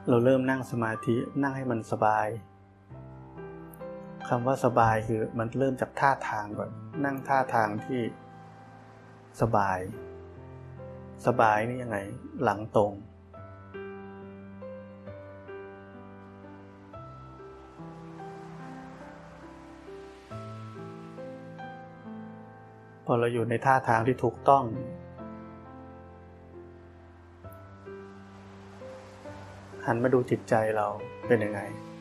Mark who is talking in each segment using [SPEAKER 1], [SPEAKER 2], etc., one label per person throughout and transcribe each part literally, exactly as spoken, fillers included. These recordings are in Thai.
[SPEAKER 1] เราเริ่มนั่งสมาธินั่งให้มันสบายคำว่าสบายคือมันเริ่มจากท่าทางก่อนนั่งท่าทางที่สบายสบายนี่ยังไงหลังตรงพอเราอยู่ในท่าทางที่ถูกต้องหันมาดูจิตใจเราเป็นยังไง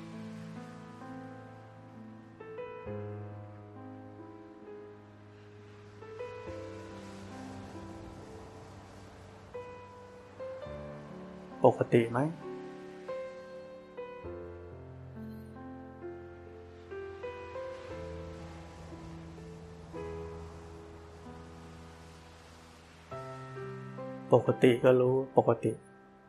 [SPEAKER 1] ปกติไหมปกติก็รู้ปกติ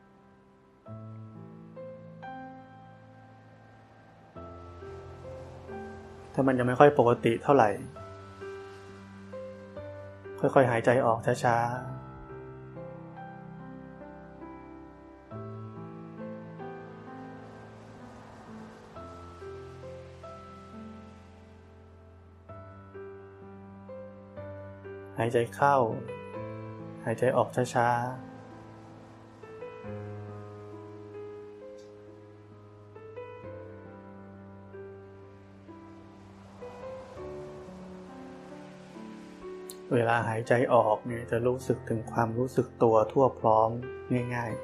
[SPEAKER 1] ถ้ามันยังไม่ค่อยปกติเท่าไหร่ค่อยๆหายใจออกช้าๆหายใจเข้าหายใจออกช้าๆเวลาหายใจออกเนี่ยจะรู้สึกถึงความรู้สึกตัวทั่วพร้อมง่าย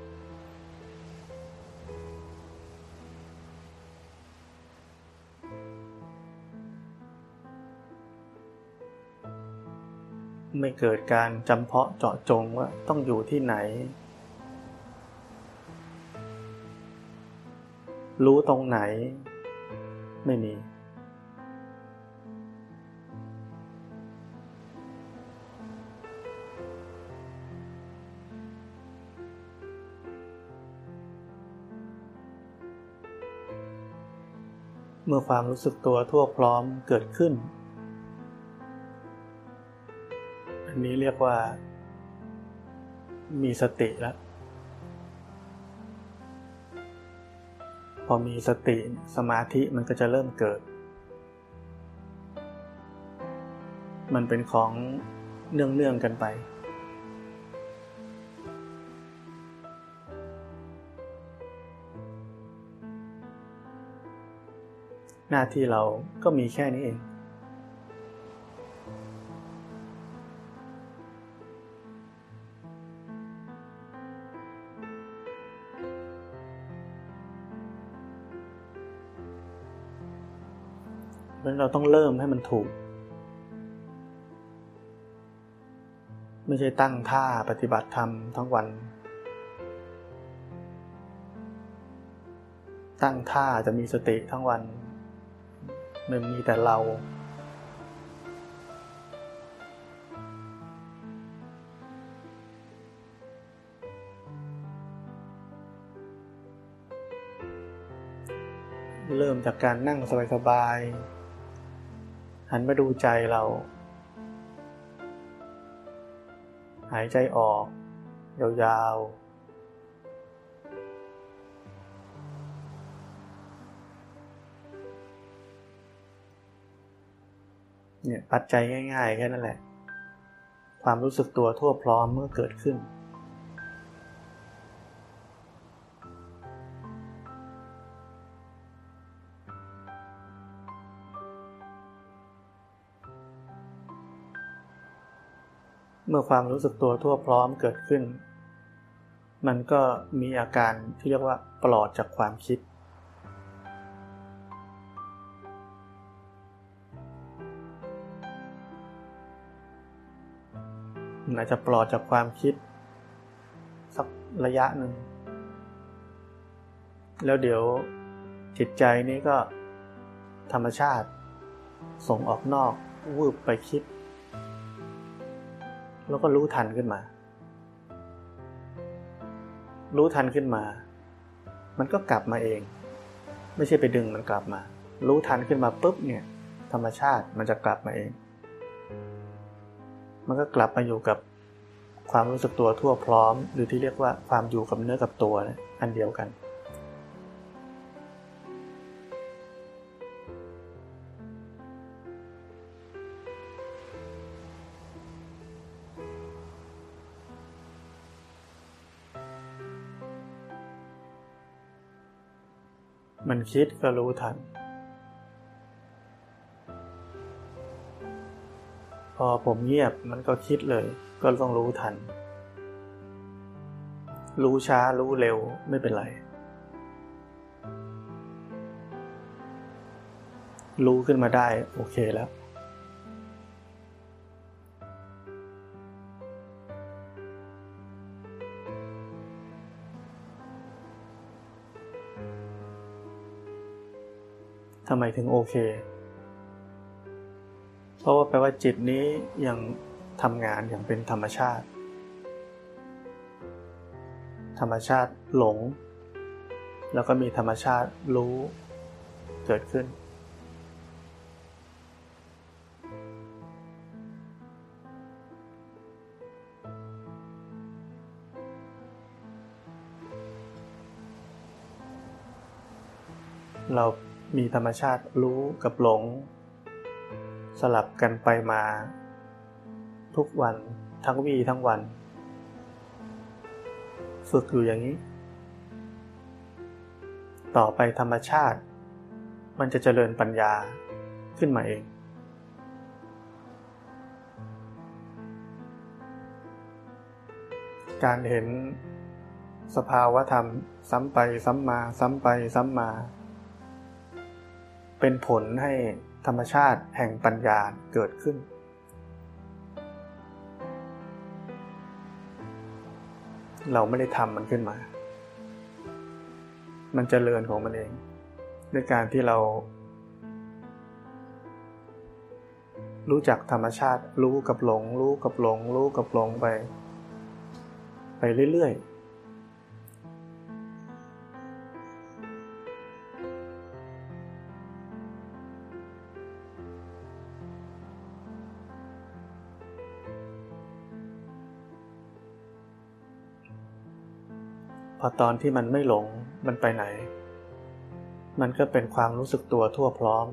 [SPEAKER 1] ๆไม่เกิดการจำเพาะเจาะจงว่าต้องอยู่ที่ไหนรู้ตรงไหนไม่มีเมื่อความรู้สึกตัวทั่วพร้อมเกิดขึ้นอันนี้เรียกว่ามีสติแล้วพอมีสติสมาธิมันก็จะเริ่มเกิดมันเป็นของเนื่องๆกันไปหน้าที่เราก็มีแค่นี้เองเพราะฉะนั้นเราต้องเริ่มให้มันถูกไม่ใช่ตั้งท่าปฏิบัติธรรมทั้งวันตั้งท่าจะมีสติทั้งวันมันมีแต่เราเริ่มจากการนั่งสบายๆหันมาดูใจเราหายใจออกยาวๆเนี่ยปัจจัยง่ายๆแค่นั้นแหละความรู้สึกตัวทั่วพร้อมเมื่อเกิดขึ้นเมื่อความรู้สึกตัวทั่วพร้อมเกิดขึ้นมันก็มีอาการที่เรียกว่าปลอดจากความคิดมันอาจจะปลอดจากความคิดสักระยะหนึ่งแล้วเดี๋ยวจิตใจนี้ก็ธรรมชาติส่งออกนอกวืบไปคิดแล้วก็รู้ทันขึ้นมารู้ทันขึ้นมามันก็กลับมาเองไม่ใช่ไปดึงมันกลับมารู้ทันขึ้นมาปุ๊บเนี่ยธรรมชาติมันจะกลับมาเองมันก็กลับมาอยู่กับความรู้สึกตัวทั่วพร้อมหรือที่เรียกว่าความอยู่กับเนื้อกับตัวอันเดียวกันมันคิดก็รู้ทันพอผมเงียบมันก็คิดเลยก็ต้องรู้ทันรู้ช้ารู้เร็วไม่เป็นไรรู้ขึ้นมาได้โอเคแล้วทำไมถึงโอเคเพราะว่าแปลว่าจิตนี้ยังทำงานอย่างเป็นธรรมชาติธรรมชาติหลงแล้วก็มีธรรมชาติรู้เกิดขึ้นเรามีธรรมชาติรู้กับหลงสลับกันไปมาทุกวันทั้งวี่ทั้งวันฝึกอยู่อย่างนี้ต่อไปธรรมชาติมันจะเจริญปัญญาขึ้นมาเองการเห็นสภาวะธรรมซ้ำไปซ้ำมาซ้ำไปซ้ำมาเป็นผลให้ธรรมชาติแห่งปัญญาเกิดขึ้นเราไม่ได้ทำมันขึ้นมามันเจริญของมันเองด้วยการที่เรารู้จักธรรมชาติรู้กับหลงรู้กับหลงรู้กับหลงไปไปเรื่อยๆพอตอนที่มันไม่หลงมันไปไหนมันก็เป็นความรู้สึกตัวทั่วพร้อม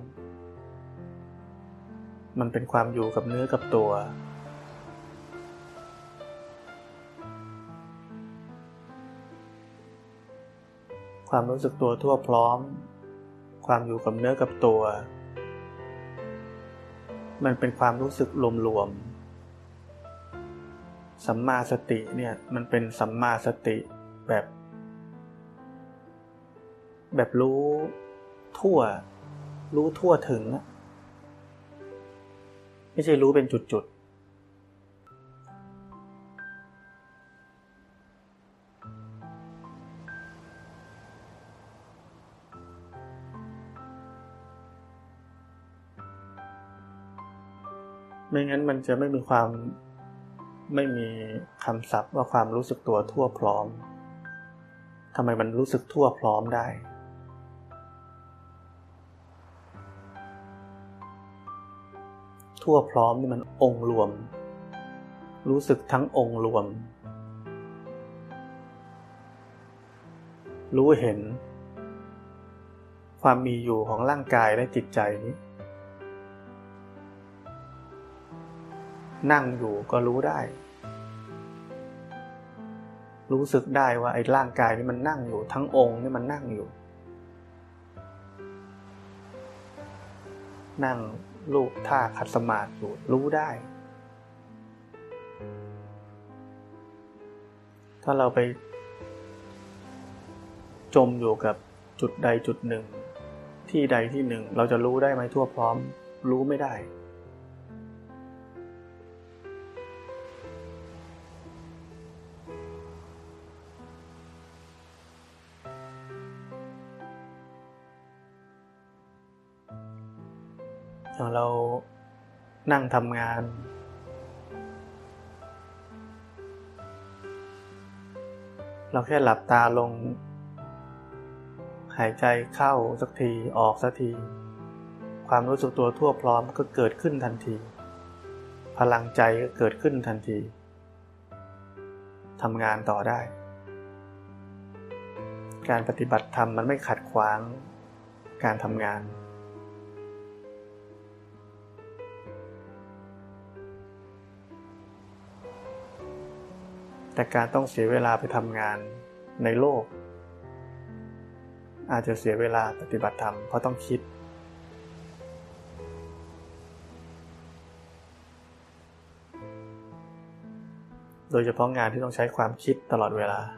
[SPEAKER 1] มันเป็นความอยู่กับเนื้อกับตัวความรู้สึกตัวทั่วพร้อมความอยู่กับเนื้อกับตัวมันเป็นความรู้สึกรวมๆสัมมาสติเนี่ยมันเป็นสัมมาสติแบบแบบรู้ทั่วรู้ทั่วถึงไม่ใช่รู้เป็นจุดๆไม่งั้นมันจะไม่มีความไม่มีคำศัพท์ว่าความรู้สึกตัวทั่วพร้อมทำไมมันรู้สึกทั่วพร้อมได้ทั่วพร้อมนี่มันองค์รวมรู้สึกทั้งองค์รวมรู้เห็นความมีอยู่ของร่างกายและจิตใจนี้นั่งอยู่ก็รู้ได้รู้สึกได้ว่าไอ้ร่างกายนี่มันนั่งอยู่ทั้งองค์นี่มันนั่งอยู่นั่งรูปท่าขัดสมาธิอยู่รู้ได้ถ้าเราไปจมอยู่กับจุดใดจุดหนึ่งที่ใดที่หนึ่งเราจะรู้ได้ไหมทั่วพร้อมรู้ไม่ได้เรานั่งทำงานเราแค่หลับตาลงหายใจเข้าสักทีออกสักทีความรู้สึกตัวทั่วพร้อมก็เกิดขึ้นทันทีพลังใจก็เกิดขึ้นทันทีทำงานต่อได้การปฏิบัติธรรมมันไม่ขัดขวางการทำงานแต่การต้องเสียเวลาไปทำงานในโลกอาจจะเสียเวลาปฏิบัติธรรมเพราะต้องคิดโดยเฉพาะงานที่ต้องใช้ความคิดตลอดเวลา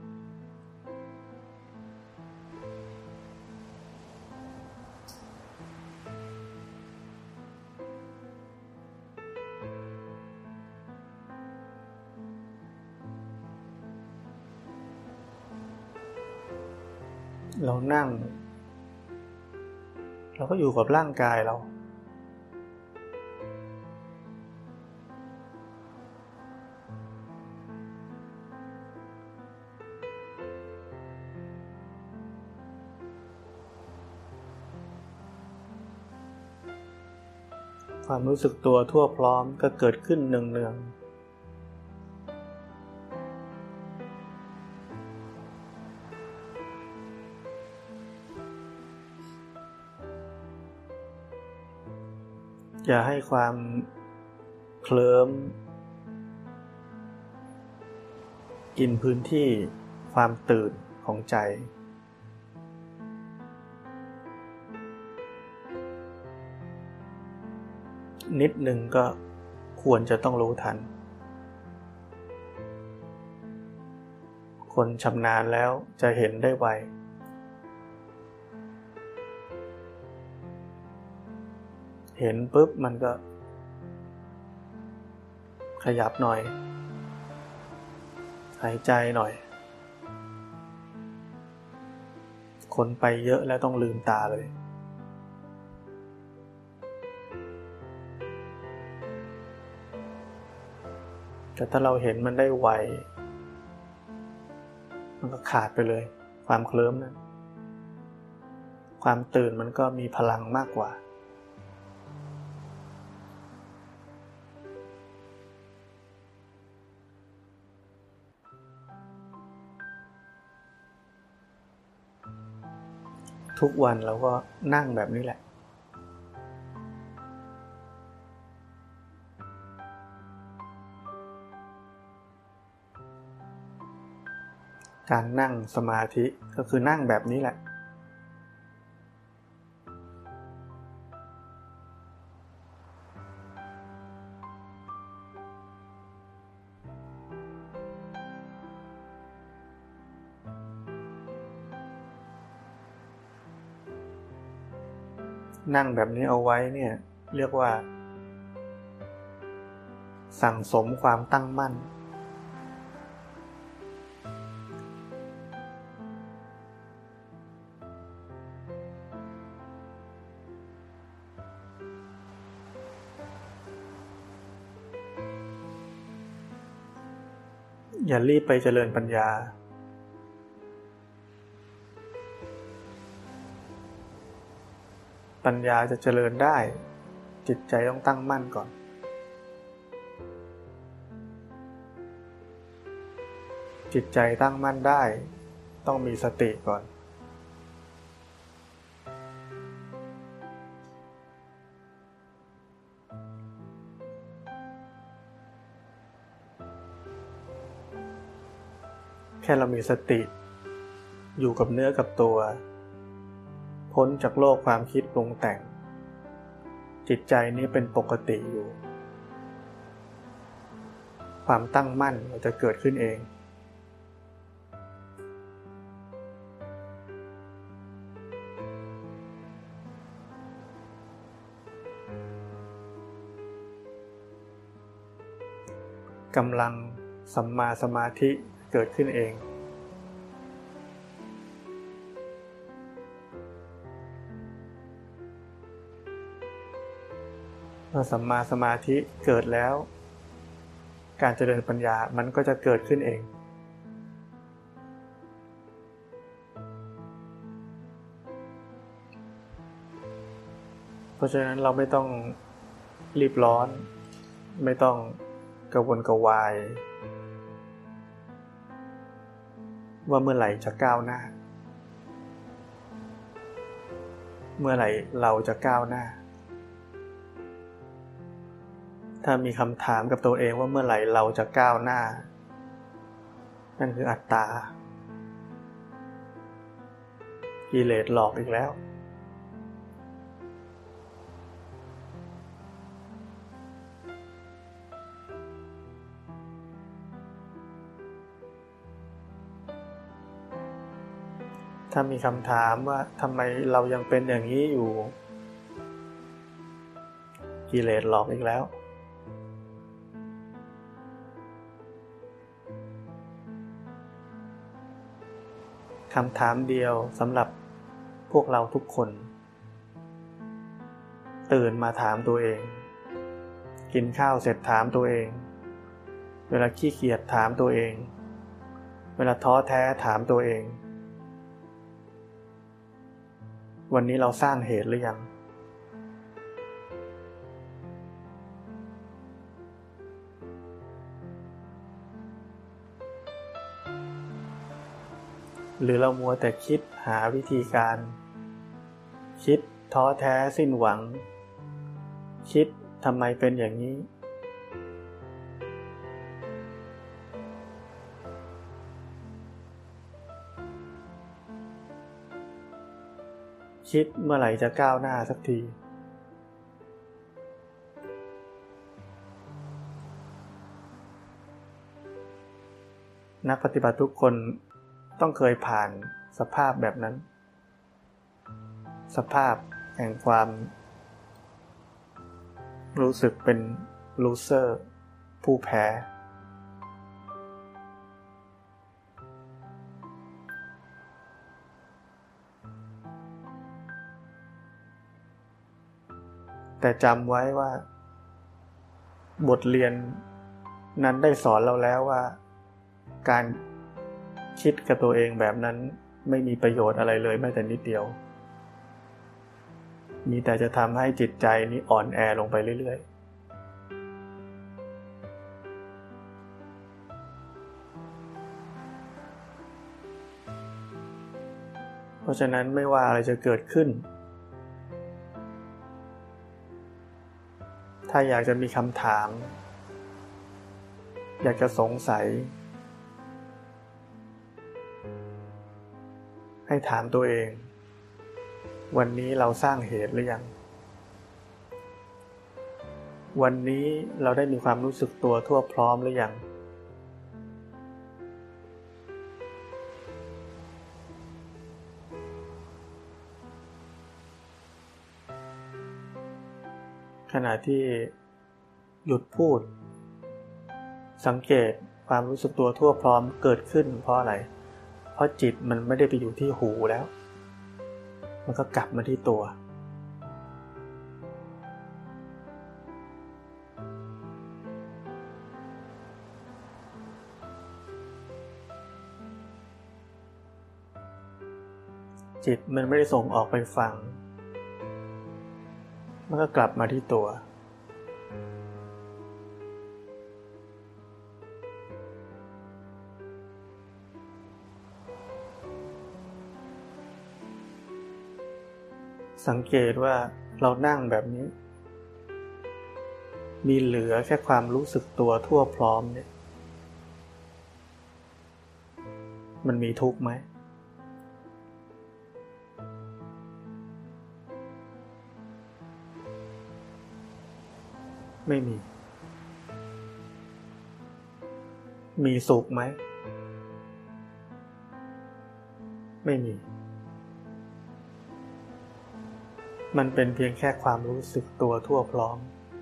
[SPEAKER 1] เรานั่งเราก็อยู่กับร่างกายเราความรู้สึกตัวทั่วพร้อมก็เกิดขึ้นเนืองๆอย่าให้ความเคลิ้มกินพื้นที่ความตื่นของใจนิดหนึ่งก็ควรจะต้องรู้ทันคนชำนาญแล้วจะเห็นได้ไวเห็นปุ๊บมันก็ขยับหน่อยหายใจหน่อยคนไปเยอะแล้วต้องลืมตาเลยแต่ถ้าเราเห็นมันได้ไวมันก็ขาดไปเลยความเคลิ้มนั้นความตื่นมันก็มีพลังมากกว่าทุกวันเราก็นั่งแบบนี้แหละการนั่งสมาธิก็คือนั่งแบบนี้แหละนั่งแบบนี้เอาไว้เนี่ยเรียกว่าสั่งสมความตั้งมั่นอย่ารีบไปเจริญปัญญาปัญญาจะเจริญได้จิตใจต้องตั้งมั่นก่อนจิตใจตั้งมั่นได้ต้องมีสติก่อนแค่เรามีสติอยู่กับเนื้อกับตัวพ้นจากโลกความคิดปรุงแต่งจิตใจนี้เป็นปกติอยู่ความตั้งมั่นจะเกิดขึ้นเองกำลังสัมมาสมาธิเกิดขึ้นเองเมื่อสัมมาสมาธิเกิดแล้วการเจริญปัญญามันก็จะเกิดขึ้นเองเพราะฉะนั้นเราไม่ต้องรีบร้อนไม่ต้องกระวนกระวายว่าเมื่อไหร่จะก้าวหน้าเมื่อไหร่เราจะก้าวหน้าถ้ามีคำถามกับตัวเองว่าเมื่อไหร่เราจะก้าวหน้านั่นคืออัตตากิเลสหลอกอีกแล้วถ้ามีคำถามว่าทำไมเรายังเป็นอย่างนี้อยู่กิเลสหลอกอีกแล้วคำถามเดียวสำหรับพวกเราทุกคนตื่นมาถามตัวเองกินข้าวเสร็จถามตัวเองเวลาขี้เกียจถามตัวเองเวลาท้อแท้ถามตัวเองวันนี้เราสร้างเหตุหรือยังหรือเรามัวแต่คิดหาวิธีการคิดท้อแท้สิ้นหวังคิดทำไมเป็นอย่างนี้คิดเมื่อไหร่จะก้าวหน้าสักทีนักปฏิบัติทุกคนต้องเคยผ่านสภาพแบบนั้นสภาพแห่งความรู้สึกเป็นลูเซอร์ผู้แพ้แต่จำไว้ว่าบทเรียนนั้นได้สอนเราแล้วว่าการคิดกับตัวเองแบบนั้นไม่มีประโยชน์อะไรเลยแม้แต่นิดเดียวมีแต่จะทำให้จิตใจนี้อ่อนแอลงไปเรื่อยๆเพราะฉะนั้นไม่ว่าอะไรจะเกิดขึ้นถ้าอยากจะมีคำถามอยากจะสงสัยให้ถามตัวเองวันนี้เราสร้างเหตุหรือยังวันนี้เราได้มีความรู้สึกตัวทั่วพร้อมหรือยังขณะที่หยุดพูดสังเกตความรู้สึกตัวทั่วพร้อมเกิดขึ้นเพราะอะไรเพราะจิตมันไม่ได้ไปอยู่ที่หูแล้วมันก็กลับมาที่ตัวจิตมันไม่ได้ส่งออกไปฟังมันก็กลับมาที่ตัวสังเกตว่าเรานั่งแบบนี้มีเหลือแค่ความรู้สึกตัวทั่วพร้อมเนี่ยมันมีทุกข์ไหมไม่มีมีสุขไหมไม่มีมันเป็นเพียงแค่ความรู้สึกตัวทั่วพร้อม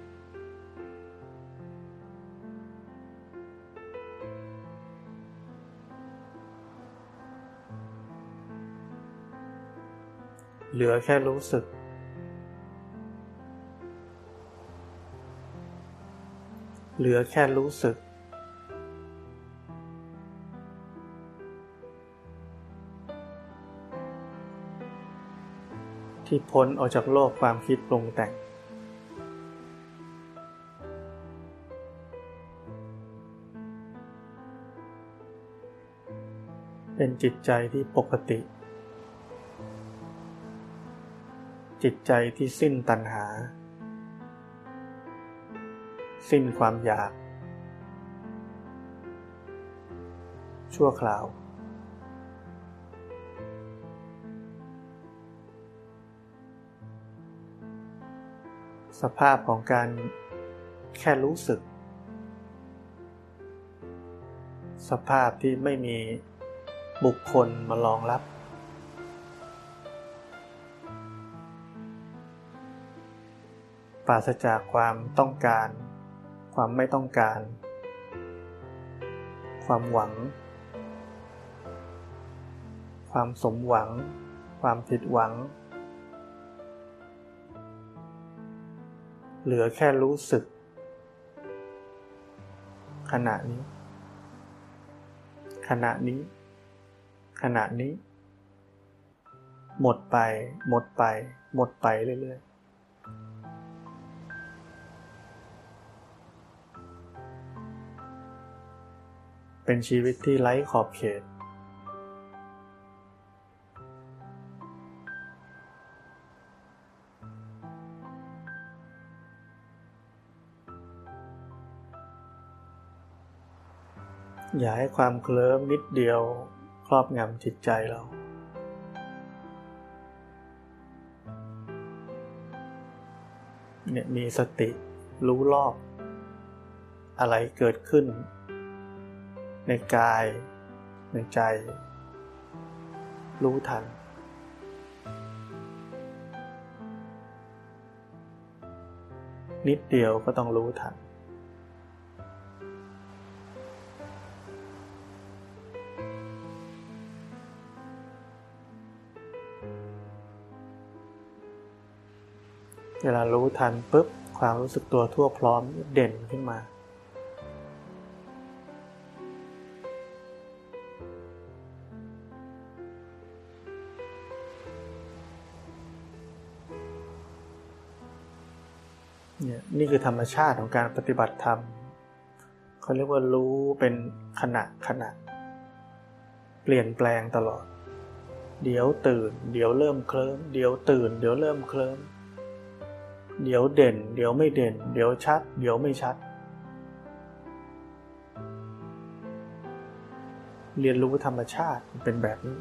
[SPEAKER 1] เหลือแค่รู้สึกเหลือแค่รู้สึกที่พ้นออกจากโลกความคิดปรุงแต่งเป็นจิตใจที่ปกติจิตใจที่สิ้นตัณหาสิ้นความอยากชั่วคราวสภาพของการแค่รู้สึกสภาพที่ไม่มีบุคคลมารองรับปราศจากความต้องการความไม่ต้องการความหวังความสมหวังความผิดหวังเหลือแค่รู้สึกขณะนี้ขณะนี้ขณะนี้หมดไปหมดไปหมดไปเรื่อยๆเป็นชีวิตที่ไร้ขอบเขตอย่าให้ความเคลิ้มนิดเดียวครอบงำจิตใจเราเนี่ยมีสติรู้รอบอะไรเกิดขึ้นในกายในใจรู้ทันนิดเดียวก็ต้องรู้ทันเวลารู้ทันปุ๊บความรู้สึกตัวทั่วพร้อมเด่นขึ้นมาเนี่ยนี่คือธรรมชาติของการปฏิบัติธรรมเขาเรียกว่ารู้เป็นขณะขณะเปลี่ยนแปลงตลอดเดี๋ยวตื่นเดี๋ยวเริ่มเคลิ้มเดี๋ยวตื่นเดี๋ยวเริ่มเคลิ้มเดี๋ยวเด่นเดี๋ยวไม่เด่นเดี๋ยวชัดเดี๋ยวไม่ชัดเรียนรู้ธรรมชาติเป็นแบบนี้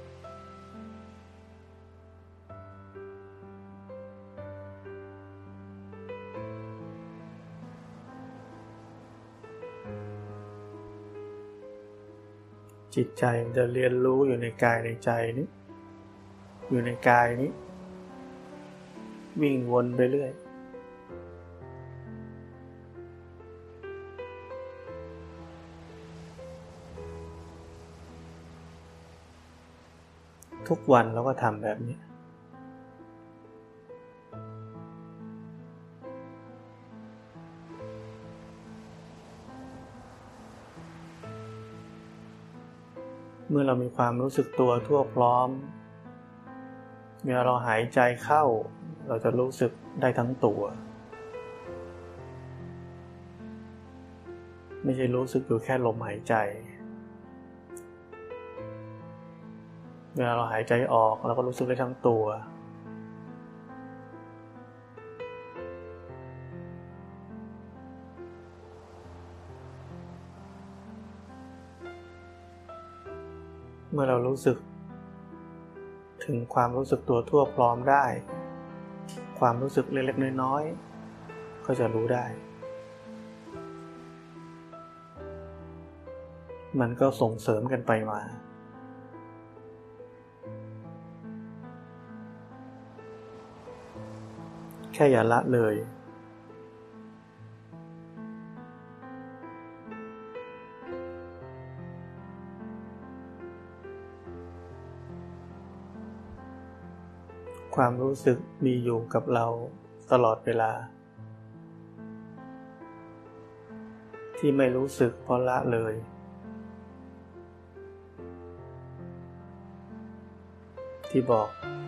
[SPEAKER 1] จิตใจมันจะเรียนรู้อยู่ในกายในใจนี้อยู่ในกายนี้วิ่งวนไปเรื่อยทุกวันเราก็ทำแบบนี้เมื่อเรามีความรู้สึกตัวทั่วพร้อมเวลาเราหายใจเข้าเราจะรู้สึกได้ทั้งตัวไม่ใช่รู้สึกอยู่แค่ลมหายใจเวลาเราหายใจออกเราก็รู้สึกได้ทั้งตัวเมื่อเรารู้สึกถึงความรู้สึกตัวทั่วพร้อมได้ความรู้สึกเล็กๆน้อยๆก็จะรู้ได้มันก็ส่งเสริมกันไปมาแค่อย่าละเลยความรู้สึกมีอยู่กับเราตลอดเวลาที่ไม่รู้สึกเพราะละเลยที่บอก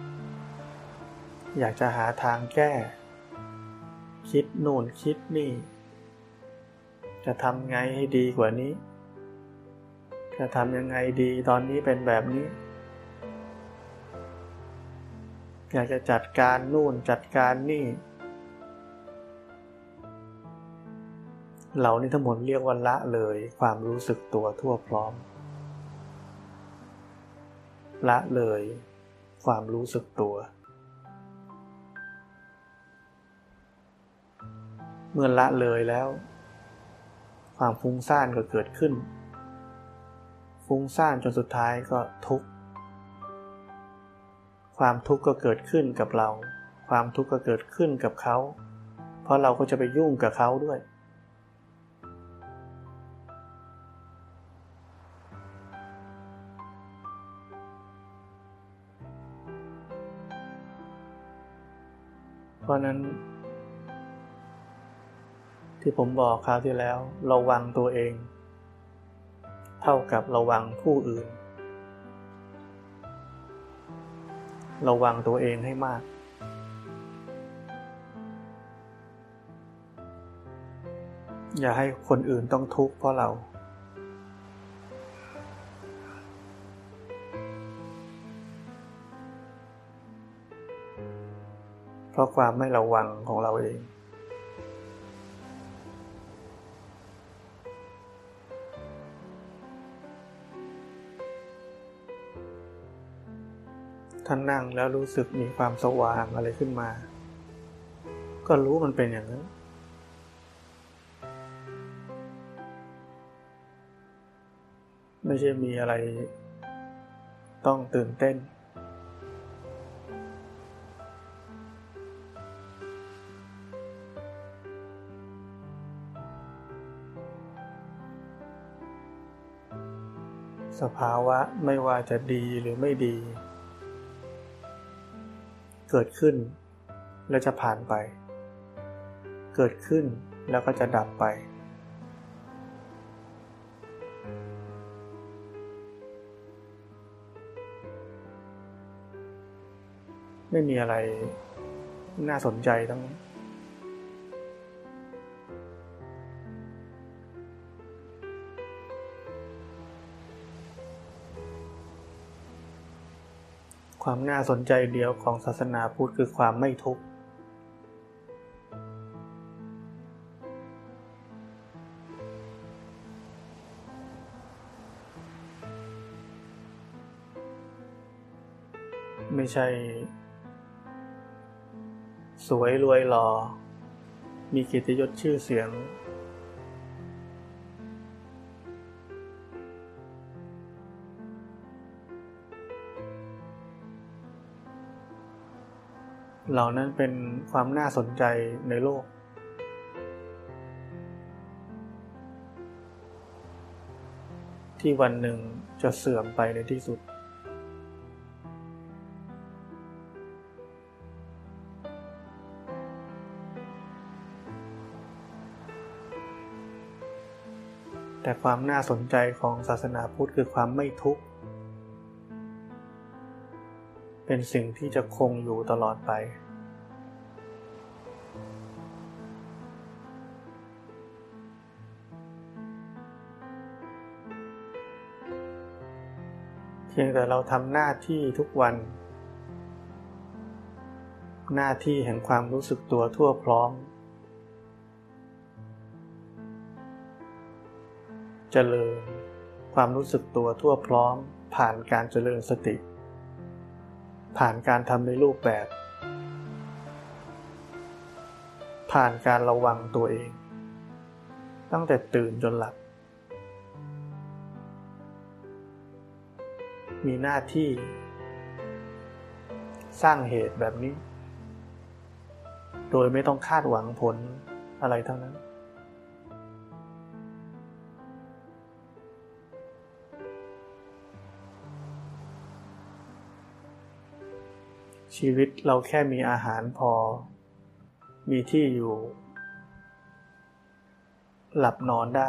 [SPEAKER 1] อยากจะหาทางแก้คิดโน่นคิดนี่จะทำไงให้ดีกว่านี้จะทำยังไงดีตอนนี้เป็นแบบนี้อยากจะจัดการนู่นจัดการนี่เหล่านี้ทั้งหมดเรียกว่าละเลยความรู้สึกตัวทั่วพร้อมละเลยความรู้สึกตัวเมื่อละเลยแล้วความฟุ้งซ่านก็เกิดขึ้นฟุ้งซ่านจนสุดท้ายก็ทุกข์ความทุกข์ก็เกิดขึ้นกับเราความทุกข์ก็เกิดขึ้นกับเขาเพราะเราก็จะไปยุ่งกับเขาด้วยเพราะนั้นที่ผมบอกคราวที่แล้วระวังตัวเองเท่ากับระวังผู้อื่นระวังตัวเองให้มากอย่าให้คนอื่นต้องทุกข์เพราะเราเพราะความไม่ระวังของเราเองท่านนั่งแล้วรู้สึกมีความสว่างอะไรขึ้นมาก็รู้มันเป็นอย่างนั้นไม่ใช่มีอะไรต้องตื่นเต้นสภาวะไม่ว่าจะดีหรือไม่ดีเกิดขึ้นแล้วจะผ่านไปเกิดขึ้นแล้วก็จะดับไปไม่มีอะไรน่าสนใจทั้งนั้นความน่าสนใจเดียวของศาสนาพุทธคือความไม่ทุกข์ไม่ใช่สวยรวยหล่อมีเกียรติยศชื่อเสียงเหล่านั้นเป็นความน่าสนใจในโลกที่วันหนึ่งจะเสื่อมไปในที่สุดแต่ความน่าสนใจของศาสนาพุทธคือความไม่ทุกข์เป็นสิ่งที่จะคงอยู่ตลอดไปเพียงแต่เราทำหน้าที่ทุกวันหน้าที่แห่งความรู้สึกตัวทั่วพร้อมเจริญความรู้สึกตัวทั่วพร้อมผ่านการเจริญสติผ่านการทำในรูปแบบผ่านการระวังตัวเองตั้งแต่ตื่นจนหลับมีหน้าที่สร้างเหตุแบบนี้โดยไม่ต้องคาดหวังผลอะไรทั้งนั้นชีวิตเราแค่มีอาหารพอมีที่อยู่หลับนอนได้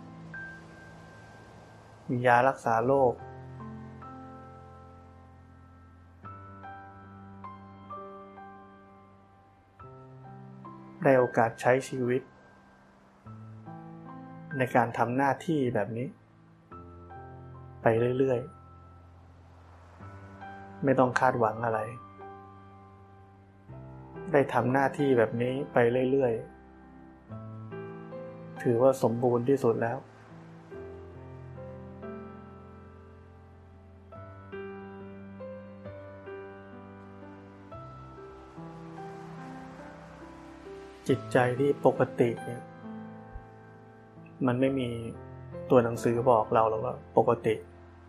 [SPEAKER 1] มียารักษาโรคได้โอกาสใช้ชีวิตในการทำหน้าที่แบบนี้ไปเรื่อยๆไม่ต้องคาดหวังอะไรได้ทำหน้าที่แบบนี้ไปเรื่อยๆถือว่าสมบูรณ์ที่สุดแล้วจจิตใจที่ปกติเนี่ยมันไม่มีตัวหนังสือบอกเราหรอกว่าปกติ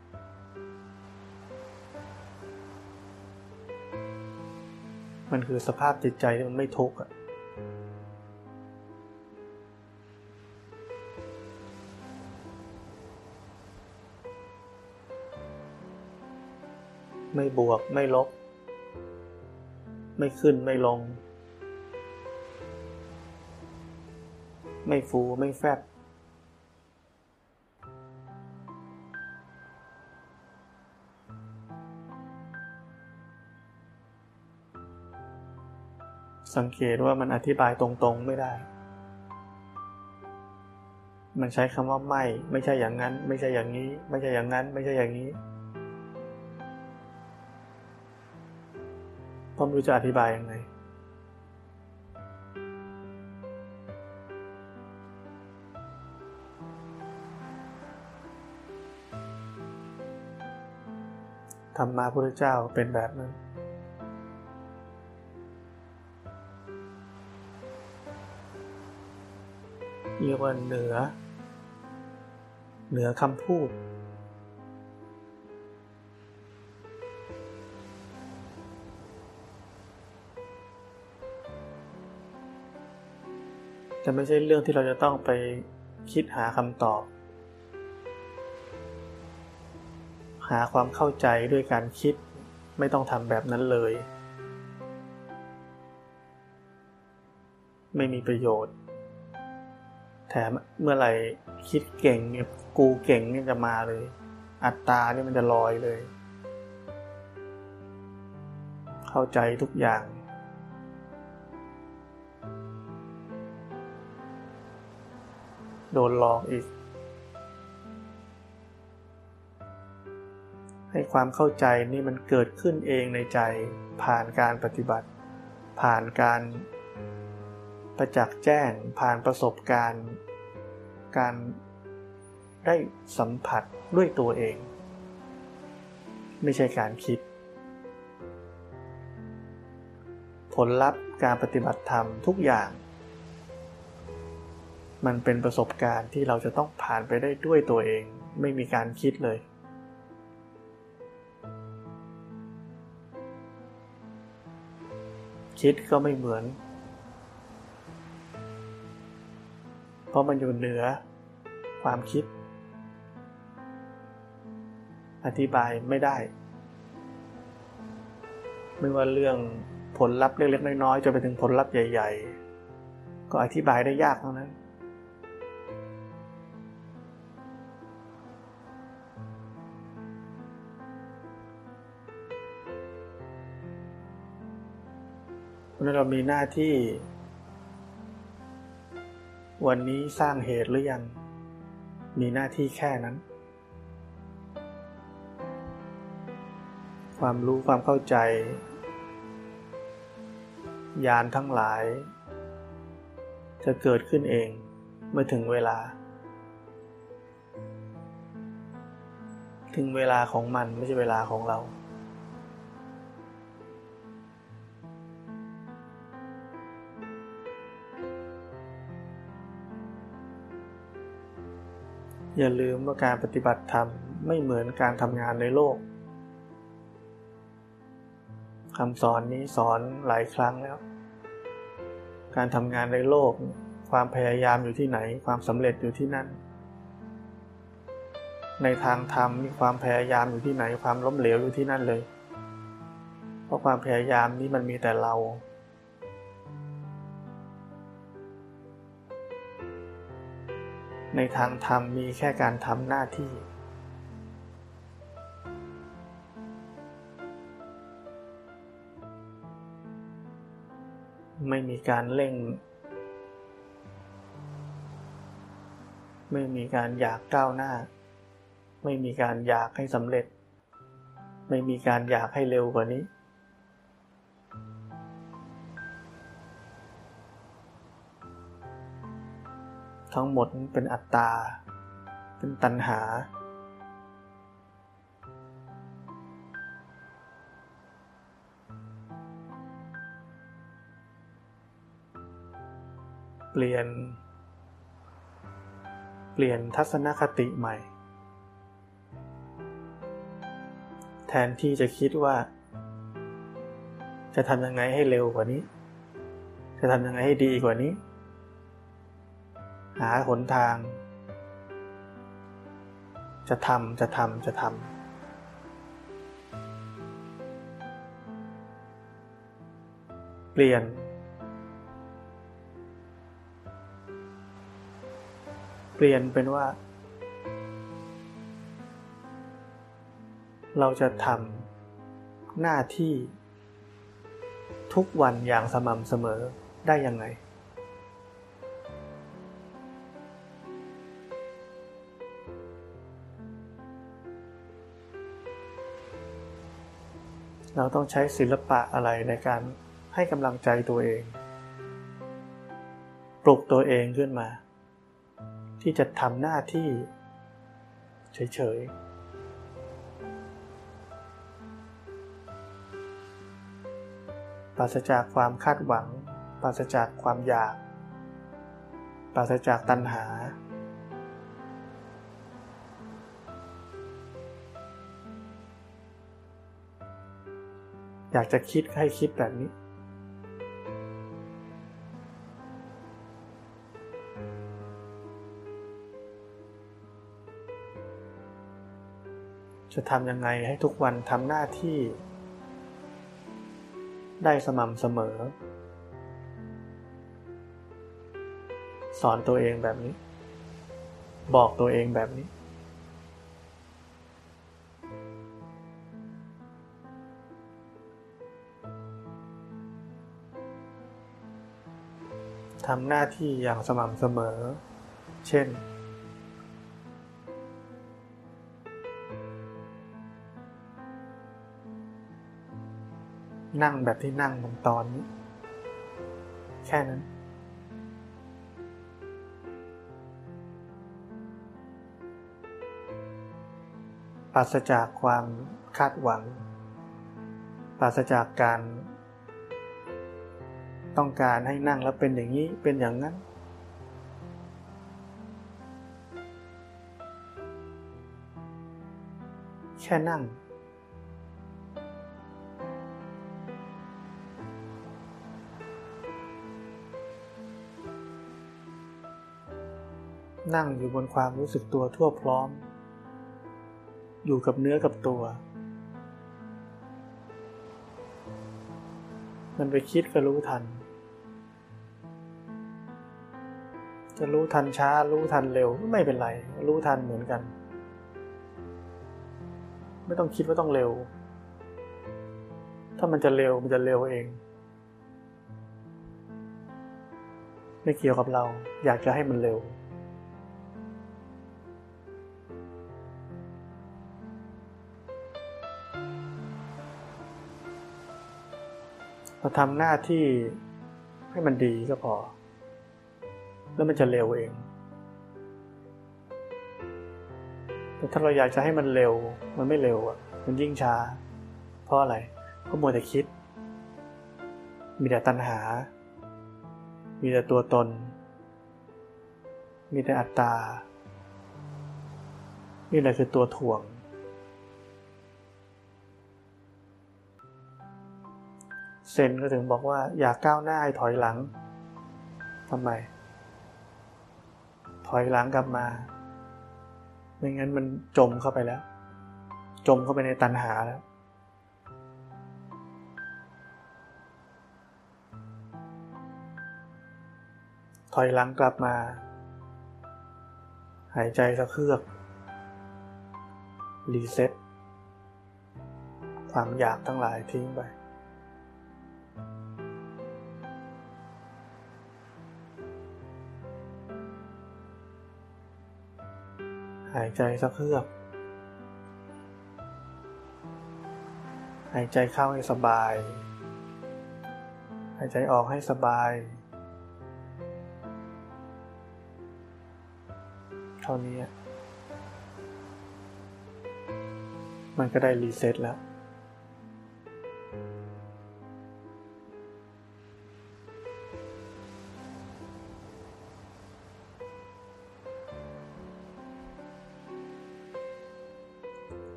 [SPEAKER 1] มันคือสภาพจิตใจที่มันไม่ทุกข์อ่ะไม่บวกไม่ลบไม่ขึ้นไม่ลงไม่ฟูไม่แฟบสังเกตว่ามันอธิบายตรงๆไม่ได้มันใช้คำว่าไม่ไม่ใช่อย่างนั้นไม่ใช่อย่างนี้ไม่ใช่อย่างนั้นไม่ใช่อย่างนี้ผมไม่รู้จะอธิบายยังไงธรรมะพุทธเจ้าเป็นแบบนั้นเรียกว่าเหนือเหนือคำพูดจะไม่ใช่เรื่องที่เราจะต้องไปคิดหาคำตอบหาความเข้าใจด้วยการคิดไม่ต้องทำแบบนั้นเลยไม่มีประโยชน์แถมเมื่อไหร่คิดเก่งเนี่ยกูเก่งเนี่ยจะมาเลยอัตตาเนี่ยมันจะลอยเลยเข้าใจทุกอย่างโดนหลอกอีกให้ความเข้าใจนี่มันเกิดขึ้นเองในใจผ่านการปฏิบัติผ่านการประจักษ์แจ้งผ่านประสบการณ์การได้สัมผัสด้วยตัวเองไม่ใช่การคิดผลลัพธ์การปฏิบัติธรรมทุกอย่างมันเป็นประสบการณ์ที่เราจะต้องผ่านไปได้ด้วยตัวเองไม่มีการคิดเลยคิดก็ไม่เหมือนเพราะมันอยู่เหนือความคิดอธิบายไม่ได้ไม่ว่าเรื่องผลลัพธ์เล็กๆน้อยๆจนไปถึงผลลัพธ์ใหญ่ๆก็อธิบายได้ยากทั้งนั้นเพราะฉะนั้นเรามีหน้าที่วันนี้สร้างเหตุหรือยังมีหน้าที่แค่นั้นความรู้ความเข้าใจญาณทั้งหลายจะเกิดขึ้นเองเมื่อถึงเวลาถึงเวลาของมันไม่ใช่เวลาของเราอย่าลืมว่าการปฏิบัติธรรมไม่เหมือนการทำงานในโลกคำสอนนี้สอนหลายครั้งแล้วการทำงานในโลกความพยายามอยู่ที่ไหนความสำเร็จอยู่ที่นั่นในทางธรรมมีความพยายามอยู่ที่ไหนความล้มเหลวอยู่ที่นั่นเลยเพราะความพยายามนี้มันมีแต่เราในทางธรรมมีแค่การทำหน้าที่ไม่มีการเร่งไม่มีการอยากก้าวหน้าไม่มีการอยากให้สำเร็จไม่มีการอยากให้เร็วกว่านี้ทั้งหมดเป็นอัตตาเป็นตัณหาเปลี่ยนเปลี่ยนทัศนคติใหม่แทนที่จะคิดว่าจะทำยังไงให้เร็วกว่านี้จะทำยังไงให้ดีกว่านี้หาหนทางจะทำจะทำจะทำเปลี่ยนเปลี่ยนเป็นว่าเราจะทำหน้าที่ทุกวันอย่างสม่ำเสมอได้ยังไงเราต้องใช้ศิลปะอะไรในการให้กำลังใจตัวเองปลุกตัวเองขึ้นมาที่จะทำหน้าที่เฉยๆปราศจากความคาดหวังปราศจากความอยากปราศจากตัณหาอยากจะคิดให้คิดแบบนี้จะทำยังไงให้ทุกวันทำหน้าที่ได้สม่ำเสมอสอนตัวเองแบบนี้บอกตัวเองแบบนี้ทำหน้าที่อย่างสม่ำเสมอเช่นนั่งแบบที่นั่งตอนนี้แค่นั้นปราศจากความคาดหวังปราศจากการต้องการให้นั่งแล้วเป็นอย่างนี้เป็นอย่างนั้นแค่นั่งนั่งอยู่บนความรู้สึกตัวทั่วพร้อมอยู่กับเนื้อกับตัวมันไปคิดก็รู้ทันจะรู้ทันช้ารู้ทันเร็วไม่เป็นไรรู้ทันเหมือนกันไม่ต้องคิดว่าต้องเร็วถ้ามันจะเร็วมันจะเร็วเองไม่เกี่ยวกับเราอยากจะให้มันเร็วเราทำหน้าที่ให้มันดีก็พอแล้วมันจะเร็วเองแต่ถ้าเราอยากจะให้มันเร็วมันไม่เร็วอ่ะมันยิ่งช้าเพราะอะไรเพราะมัวแต่คิดมีแต่ตัณหามีแต่ตัวตนมีแต่อัตตานี่แหละคือตัวถ่วงเซนก็ถึงบอกว่าอย่าก้าวหน้าให้ถอยหลังทำไมถอยหลังกลับมาไม่งั้นมันจมเข้าไปแล้วจมเข้าไปในตัณหาแล้วถอยหลังกลับมาหายใจสักเฮือกรีเซ็ตความอยากทั้งหลายทิ้งไปหายใจสักเฮือกหายใจเข้าให้สบายหายใจออกให้สบายเท่านี้มันก็ได้รีเซ็ตแล้ว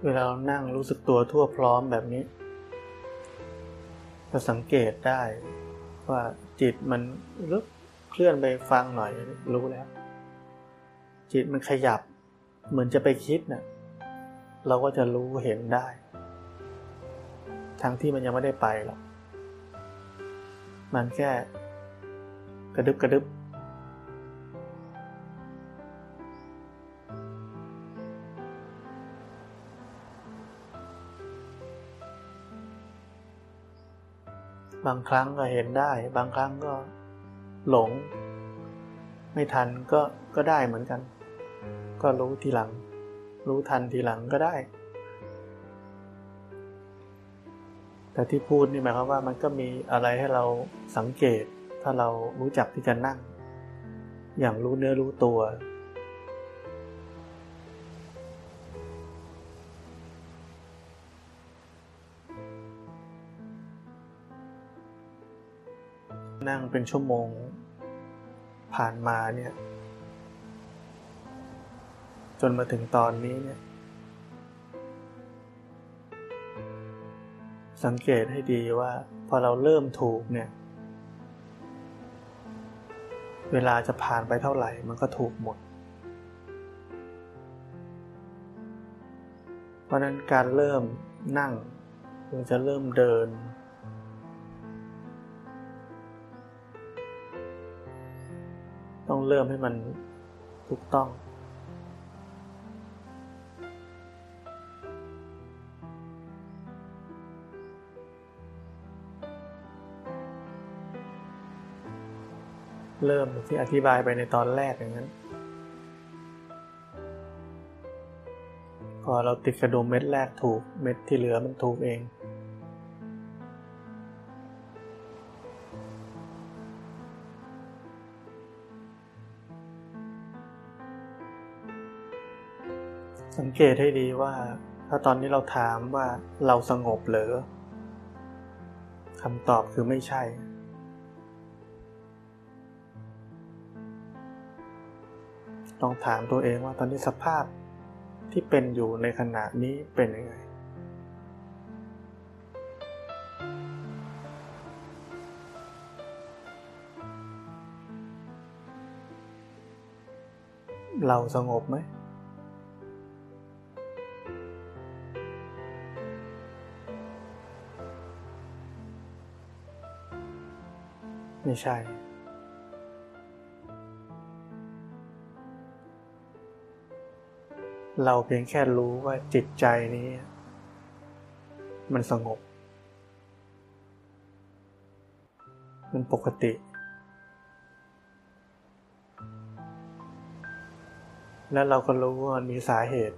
[SPEAKER 1] เวลาเรานั่งรู้สึกตัวทั่วพร้อมแบบนี้จะสังเกตได้ว่าจิตมันลึกเคลื่อนไปฟังหน่อยรู้แล้วจิตมันขยับเหมือนจะไปคิดนะเราก็จะรู้เห็นได้ทั้งที่มันยังไม่ได้ไปหรอกมันแค่กระดึบกระดึบบางครั้งก็เห็นได้บางครั้งก็หลงไม่ทันก็ก็ได้เหมือนกันก็รู้ทีหลังรู้ทันทีหลังก็ได้แต่ที่พูดนี่หมายความว่ามันก็มีอะไรให้เราสังเกตถ้าเรารู้จักที่จะนั่งอย่างรู้เนื้อรู้ตัวนั่งเป็นชั่วโมงผ่านมาเนี่ยจนมาถึงตอนนี้เนี่ยสังเกตให้ดีว่าพอเราเริ่มถูกเนี่ยเวลาจะผ่านไปเท่าไหร่มันก็ถูกหมดเพราะนั้นการเริ่มนั่งหรือจะเริ่มเดินต้องเริ่มให้มันถูกต้องเริ่มที่อธิบายไปในตอนแรกอย่างนั้นพอเราติดกระดุมเม็ดแรกถูกเม็ดที่เหลือมันถูกเองสังเกตให้ดีว่าถ้าตอนนี้เราถามว่าเราสงบหรือคำตอบคือไม่ใช่ต้องถามตัวเองว่าตอนนี้สภาพที่เป็นอยู่ในขณะนี้เป็นยังไงเราสงบไหมไม่ใช่เราเพียงแค่รู้ว่าจิตใจนี้มันสงบมันปกติและเราก็รู้ว่ามันมีสาเหตุ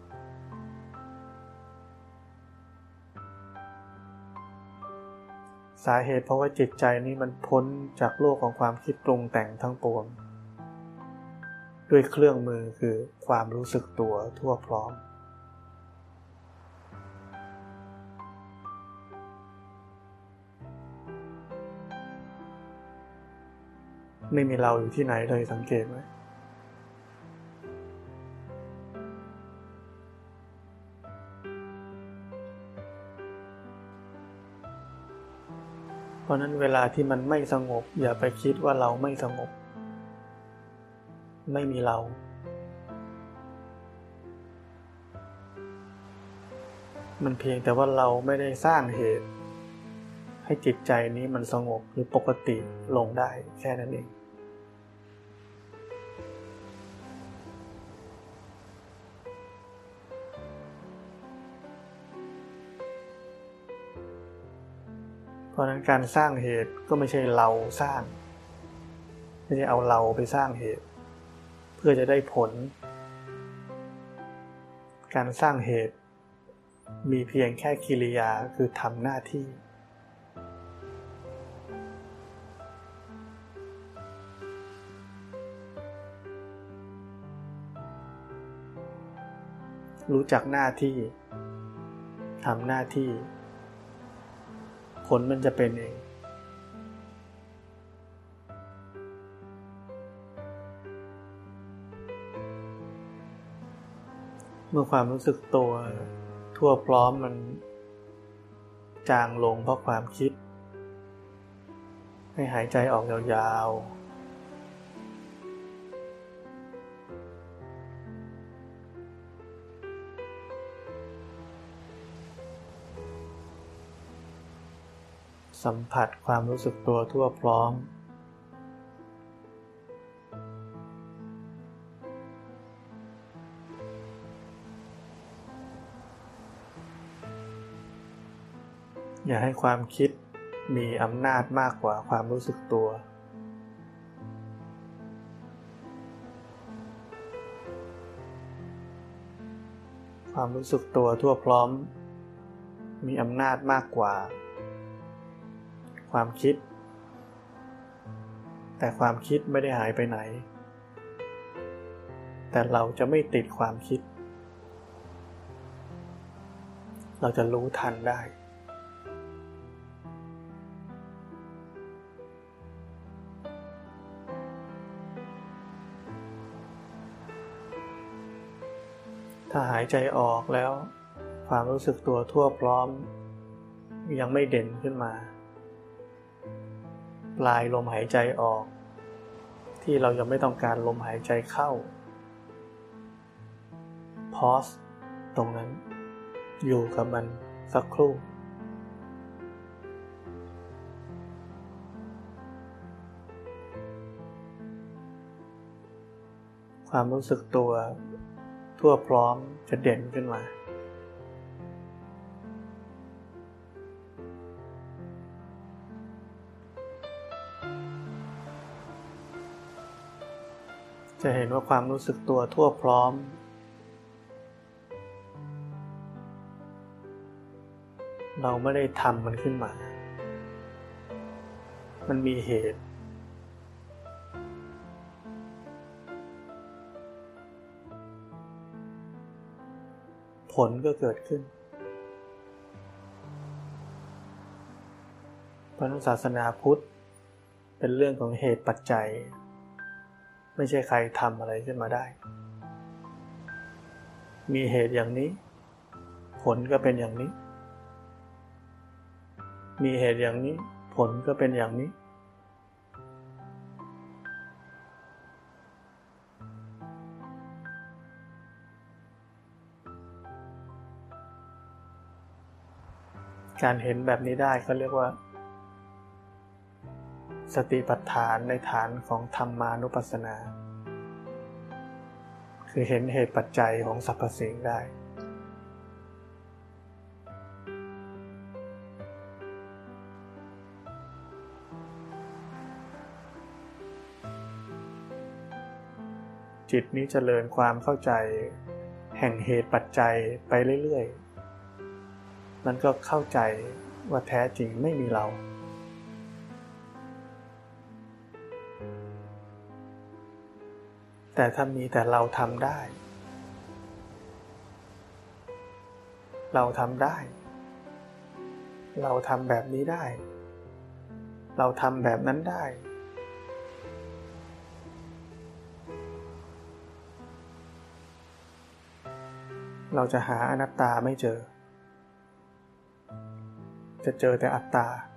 [SPEAKER 1] สาเหตุเพราะว่าจิตใจนี้มันพ้นจากโลกของความคิดปรุงแต่งทั้งปวงด้วยเครื่องมือคือความรู้สึกตัวทั่วพร้อมไม่มีเราอยู่ที่ไหนเลยสังเกตไหมเพราะนั้นเวลาที่มันไม่สงบอย่าไปคิดว่าเราไม่สงบไม่มีเรามันเพียงแต่ว่าเราไม่ได้สร้างเหตุให้จิตใจนี้มันสงบหรือปกติลงได้แค่นั้นเองเพราะนั้นการสร้างเหตุก็ไม่ใช่เราสร้างไม่ใช่เอาเราไปสร้างเหตุเพื่อจะได้ผลการสร้างเหตุมีเพียงแค่กิริยาคือทำหน้าที่รู้จักหน้าที่ทำหน้าที่ผลมันจะเป็นเองเมื่อความรู้สึกตัวทั่วพร้อมมันจางลงเพราะความคิดให้หายใจออกยาวๆสัมผัสความรู้สึกตัวทั่วพร้อมอย่าให้ความคิดมีอำนาจมากกว่าความรู้สึกตัวความรู้สึกตัวทั่วพร้อมมีอำนาจมากกว่าความคิดแต่ความคิดไม่ได้หายไปไหนแต่เราจะไม่ติดความคิดเราจะรู้ทันได้ถ้าหายใจออกแล้วความรู้สึกตัวทั่วพร้อมยังไม่เด่นขึ้นมาปลายลมหายใจออกที่เรายังไม่ต้องการลมหายใจเข้า pause ตรงนั้นอยู่กับมันสักครู่ความรู้สึกตัวทั่วพร้อมจะเด่นขึ้นมาจะเห็นว่าความรู้สึกตัวทั่วพร้อมเราไม่ได้ทำมันขึ้นมามันมีเหตุผลก็เกิดขึ้นเพราะศาสนาพุทธเป็นเรื่องของเหตุปัจจัยไม่ใช่ใครทำอะไรขึ้นมาได้มีเหตุอย่างนี้ผลก็เป็นอย่างนี้มีเหตุอย่างนี้ผลก็เป็นอย่างนี้การเห็นแบบนี้ได้เขาเรียกว่าสติปัฏฐานในฐานของธรรมานุปัสสนาคือเห็นเหตุปัจจัยของสรรพสิ่งได้จิตนี้เจริญความเข้าใจแห่งเหตุปัจจัยไปเรื่อยๆมันก็เข้าใจว่าแท้จริงไม่มีเราแต่ถ้ามีแต่เราทำได้เราทำได้เราทำแบบนี้ได้เราทำแบบนั้นได้เราจะหาอนัตตาไม่เจอจะเจอแต่อัตตา